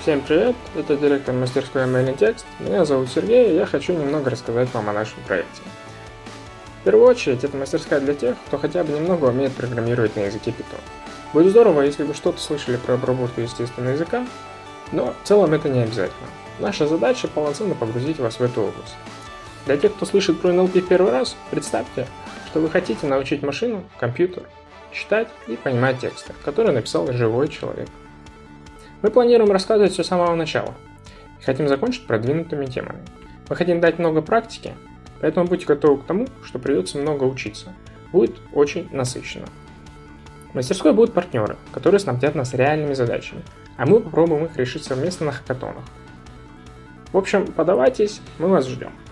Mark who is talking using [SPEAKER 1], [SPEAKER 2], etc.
[SPEAKER 1] Всем привет, это директор мастерской Mailing Text. Меня зовут Сергей, и я хочу немного рассказать вам о нашем проекте. В первую очередь, это мастерская для тех, кто хотя бы немного умеет программировать на языке Python. Будет здорово, если вы что-то слышали про обработку естественного языка, но в целом это не обязательно. Наша задача полноценно погрузить вас в эту область. Для тех, кто слышит про NLP в первый раз, представьте, что вы хотите научить машину, компьютер, читать и понимать тексты, которые написал живой человек. Мы планируем рассказывать все с самого начала и хотим закончить продвинутыми темами. Мы хотим дать много практики, поэтому будьте готовы к тому, что придется много учиться. Будет очень насыщенно. В мастерской будут партнеры, которые снабдят нас реальными задачами, а мы попробуем их решить совместно на хакатонах. В общем, подавайтесь, мы вас ждем.